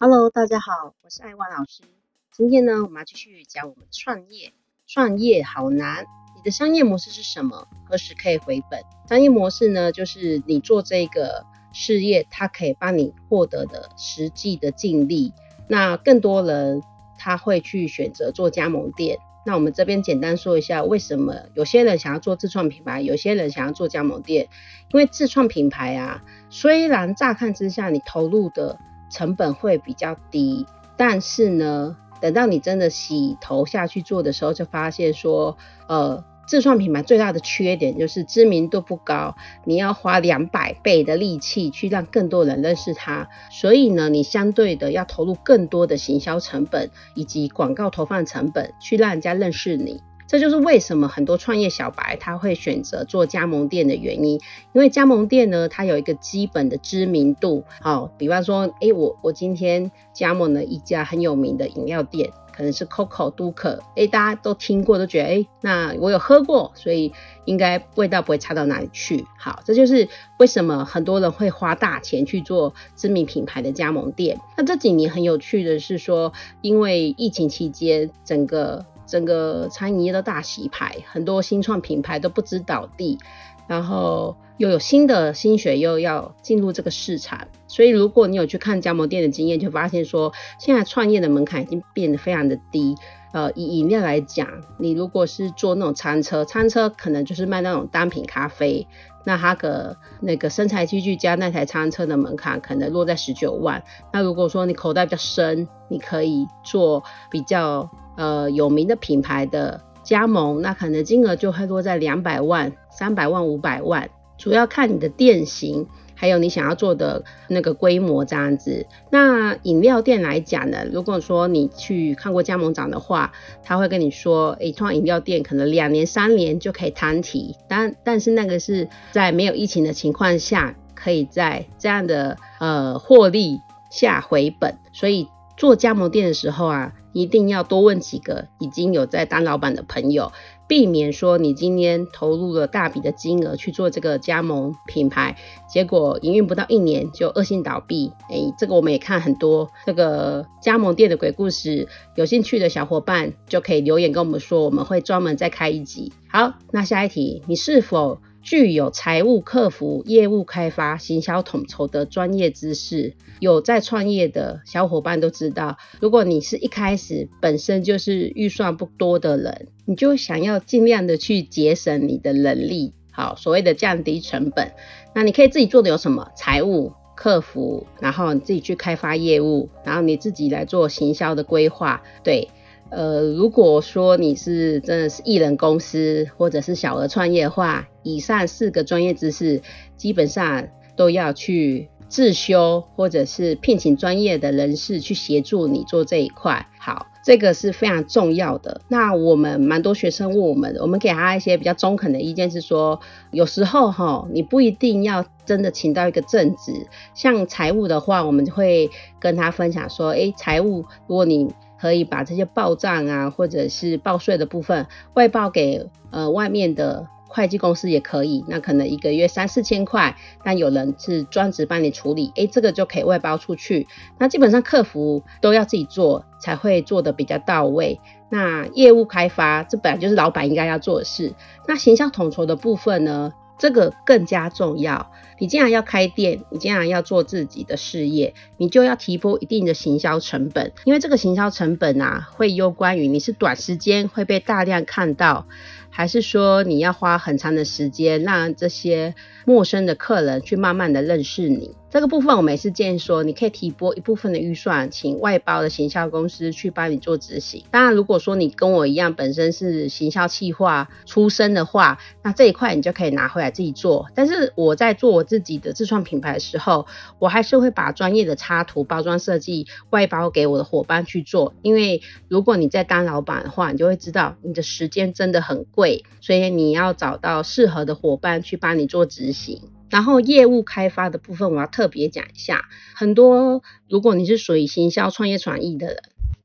Hello，大家好，我是艾万老师。今天呢，我们要继续讲我们的创业。创业好难，你的商业模式是什么？何时可以回本？商业模式呢，就是你做这个事业，它可以帮你获得的实际的净利。那更多人他会去选择做加盟店。那我们这边简单说一下，为什么有些人想要做自创品牌，有些人想要做加盟店。因为自创品牌啊，虽然乍看之下你投入的成本会比较低，但是呢，等到你真的洗头下去做的时候，就发现说，自创品牌最大的缺点就是知名度不高，你要花200倍的力气去让更多人认识它，所以呢，你相对的要投入更多的行销成本以及广告投放成本，去让人家认识你。这就是为什么很多创业小白他会选择做加盟店的原因，因为加盟店呢，它有一个基本的知名度。比方说，我今天加盟了一家很有名的饮料店，可能是 Coco 都可，大家都听过，都觉得那我有喝过，所以应该味道不会差到哪里去。好，这就是为什么很多人会花大钱去做知名品牌的加盟店。那这几年很有趣的是说，因为疫情期间整个餐饮业都大洗牌，很多新创品牌都不知倒地，然后又有新的新血又要进入这个市场，所以如果你有去看加盟店的经验，就发现说现在创业的门槛已经变得非常的低。以饮料来讲，你如果是做那种餐车可能就是卖那种单品咖啡，那它的那个生财器具加那台餐车的门槛可能落在19万。那如果说你口袋比较深，你可以做比较有名的品牌的加盟，那可能金额就会落在200万、300万、500万，主要看你的店型还有你想要做的那个规模这样子。那饮料店来讲呢，如果说你去看过加盟长的话，他会跟你说通常饮料店可能2年3年就可以摊提，但是那个是在没有疫情的情况下，可以在这样的获利下回本。所以做加盟店的时候啊，一定要多问几个已经有在当老板的朋友，避免说你今天投入了大笔的金额去做这个加盟品牌，结果营运不到1年就恶性倒闭。这个我们也看很多这个加盟店的鬼故事，有兴趣的小伙伴就可以留言跟我们说，我们会专门再开一集。好，那下一题，你是否具有财务、客服、业务开发、行销统筹的专业知识？有在创业的小伙伴都知道，如果你是一开始本身就是预算不多的人，你就想要尽量的去节省你的人力，好，所谓的降低成本。那你可以自己做的有什么？财务、客服，然后你自己去开发业务，然后你自己来做行销的规划。对，如果说你是真的是艺人公司或者是小额创业的话，以上4个专业知识基本上都要去自修，或者是聘请专业的人士去协助你做这一块。好，这个是非常重要的。那我们蛮多学生问我们给他一些比较中肯的意见是说，有时候你不一定要真的请到一个正职，像财务的话，我们就会跟他分享说，财务如果你可以把这些报账啊，或者是报税的部分外包给外面的会计公司也可以，那可能1个月3-4千块，但有人是专职帮你处理，这个就可以外包出去。那基本上客服都要自己做，才会做得比较到位。那业务开发，这本来就是老板应该要做的事。那行销统筹的部分呢，这个更加重要。你既然要开店，你既然要做自己的事业，你就要提拨一定的行销成本，因为这个行销成本啊，会攸关于你是短时间会被大量看到，还是说你要花很长的时间让这些陌生的客人去慢慢的认识你。这个部分我们也是建议说，你可以提拨一部分的预算，请外包的行销公司去帮你做执行。当然如果说你跟我一样本身是行销企划出身的话，那这一块你就可以拿回来自己做。但是我在做我自己的自创品牌的时候，我还是会把专业的插图、包装设计外包给我的伙伴去做。因为如果你在当老板的话，你就会知道你的时间真的很贵，所以你要找到适合的伙伴去帮你做执行。然后业务开发的部分我要特别讲一下，很多如果你是属于行销创业传艺的人，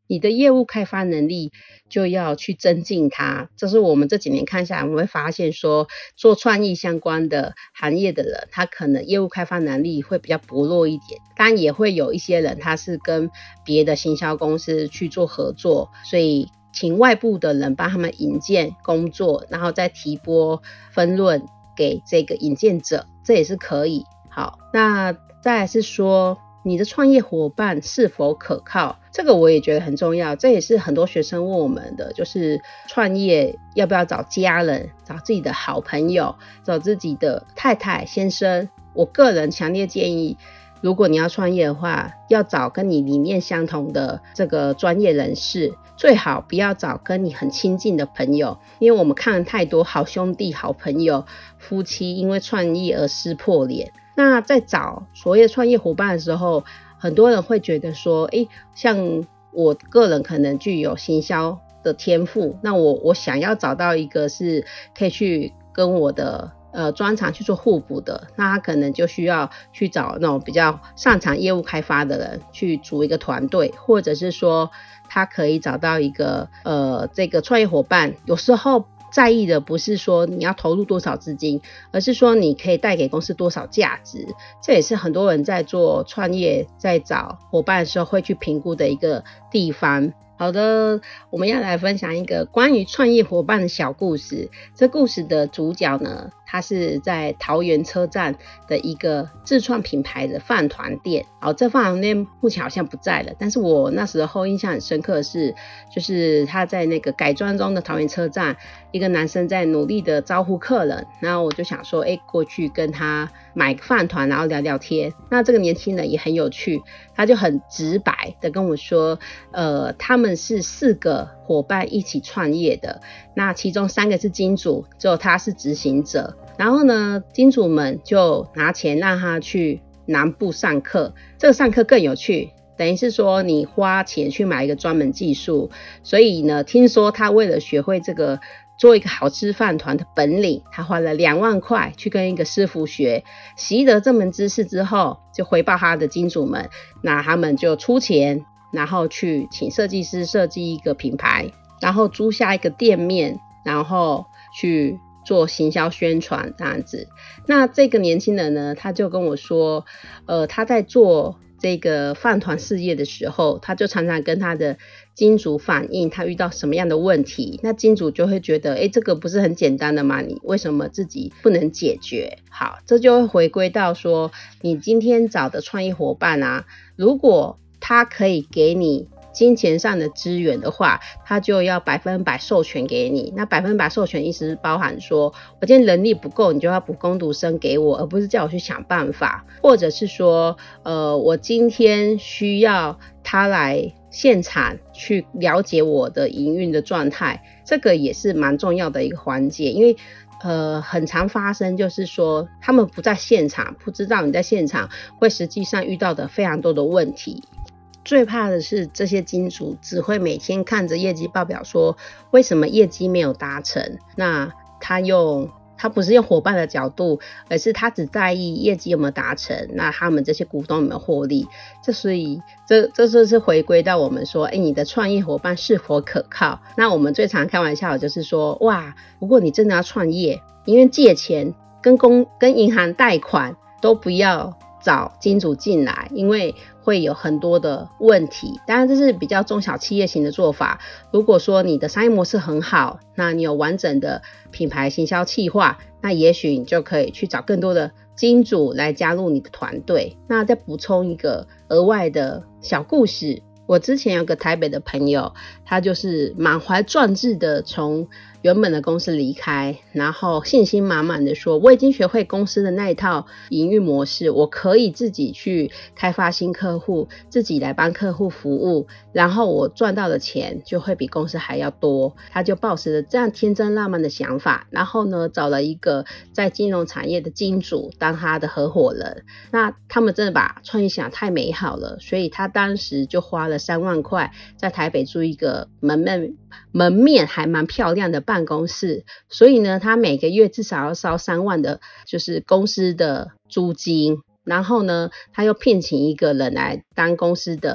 你的业务开发能力就要去增进它。这是我们这几年看下来，我们会发现说，做创意相关的行业的人，他可能业务开发能力会比较薄弱一点。当然也会有一些人，他是跟别的行销公司去做合作，所以请外部的人帮他们引荐工作，然后再提拨分润给这个引荐者，这也是可以。好，那再来是说你的创业伙伴是否可靠，这个我也觉得很重要。这也是很多学生问我们的，就是创业要不要找家人，找自己的好朋友，找自己的太太先生。我个人强烈建议，如果你要创业的话，要找跟你理念相同的这个专业人士，最好不要找跟你很亲近的朋友，因为我们看了太多好兄弟好朋友夫妻因为创业而撕破脸。那在找所谓的创业伙伴的时候，很多人会觉得说，像我个人可能具有行销的天赋，那我想要找到一个是可以去跟我的专长去做互补的，那他可能就需要去找那种比较擅长业务开发的人去组一个团队，或者是说他可以找到一个这个创业伙伴。有时候在意的不是说你要投入多少资金，而是说你可以带给公司多少价值。这也是很多人在做创业在找伙伴的时候会去评估的一个地方。好的，我们要来分享一个关于创业伙伴的小故事。这故事的主角呢，他是在桃园车站的一个自创品牌的饭团店。这饭团店目前好像不在了，但是我那时候印象很深刻的是，就是他在那个改装中的桃园车站，一个男生在努力的招呼客人，然后我就想说，过去跟他买个饭团，然后聊聊天。那这个年轻人也很有趣，他就很直白的跟我说，他们是4个伙伴一起创业的，那其中3个是金主，只有他是执行者。然后呢，金主们就拿钱让他去南部上课，这个上课更有趣，等于是说你花钱去买一个专门技术。所以呢，听说他为了学会这个做一个好吃饭团的本领，他花了2万块去跟一个师傅学，习得这门知识之后，就回报他的金主们，那他们就出钱，然后去请设计师设计一个品牌，然后租下一个店面，然后去做行销宣传这样子。那这个年轻人呢，他就跟我说，他在做这个饭团事业的时候，他就常常跟他的金主反映他遇到什么样的问题，那金主就会觉得，这个不是很简单的吗？你为什么自己不能解决？好，这就会回归到说，你今天找的创业伙伴啊，如果他可以给你金钱上的资源的话，他就要100%授权给你。那100%授权意思是包含说，我今天人力不够，你就要补工读生给我，而不是叫我去想办法。或者是说，我今天需要他来现场去了解我的营运的状态，这个也是蛮重要的一个环节。因为很常发生就是说，他们不在现场，不知道你在现场会实际上遇到的非常多的问题。最怕的是这些金主只会每天看着业绩报表说为什么业绩没有达成，那他不是用伙伴的角度，而是他只在意业绩有没有达成，那他们这些股东有没有获利。所以这就是回归到我们说，你的创业伙伴是否可靠。那我们最常开玩笑的就是说，哇，如果你真的要创业，因为借钱跟银行贷款都不要找金主进来，因为会有很多的问题。当然这是比较中小企业型的做法。如果说你的商业模式很好，那你有完整的品牌行销企划，那也许你就可以去找更多的金主来加入你的团队。那再补充一个额外的小故事，我之前有个台北的朋友，他就是满怀壮志的从原本的公司离开，然后信心满满的说，我已经学会公司的那一套营运模式，我可以自己去开发新客户，自己来帮客户服务，然后我赚到的钱就会比公司还要多。他就抱持着这样天真浪漫的想法，然后呢找了一个在金融产业的金主当他的合伙人。那他们真的把创意想太美好了，所以他当时就花了3万块在台北租一个门面还蛮漂亮的办公室，所以呢他每个月至少要烧3万的就是公司的租金，然后呢他又聘请一个人来当公司的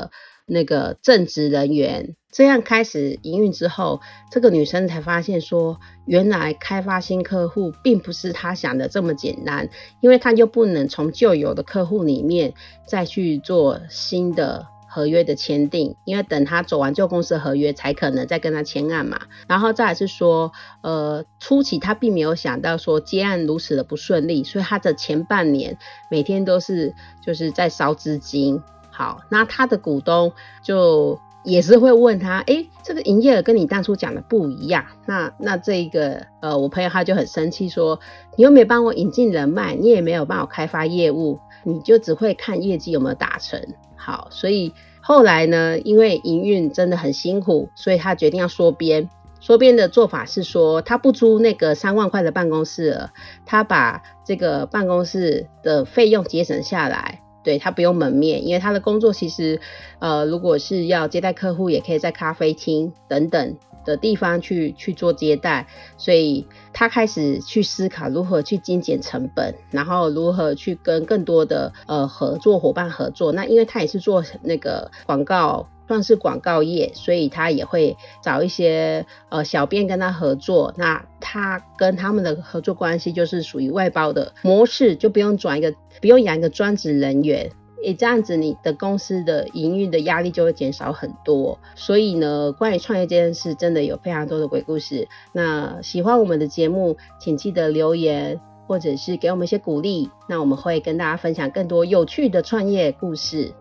那个正职人员。这样开始营运之后，这个女生才发现说，原来开发新客户并不是她想的这么简单，因为她就不能从旧有的客户里面再去做新的合约的签订，因为等他走完旧公司的合约才可能再跟他签案嘛。然后再来是说初期他并没有想到说接案如此的不顺利，所以他的前半年每天都是就是在烧资金。好，那他的股东就也是会问他，这个营业额跟你当初讲的不一样。那这个我朋友他就很生气说，你又没帮我引进人脉，你也没有帮我开发业务，你就只会看业绩有没有达成。好，所以后来呢，因为营运真的很辛苦，所以他决定要缩编。缩编的做法是说，他不租那个3万块的办公室了，他把这个办公室的费用节省下来。对，他不用门面，因为他的工作其实如果是要接待客户，也可以在咖啡厅等等的地方去做接待，所以他开始去思考如何去精简成本，然后如何去跟更多的合作伙伴合作。那因为他也是做那个广告，算是广告业，所以他也会找一些小编跟他合作。那他跟他们的合作关系就是属于外包的模式，就不用养一个专职人员。这样子你的公司的营运的压力就会减少很多。所以呢，关于创业这件事真的有非常多的鬼故事。那喜欢我们的节目，请记得留言或者是给我们一些鼓励，那我们会跟大家分享更多有趣的创业故事。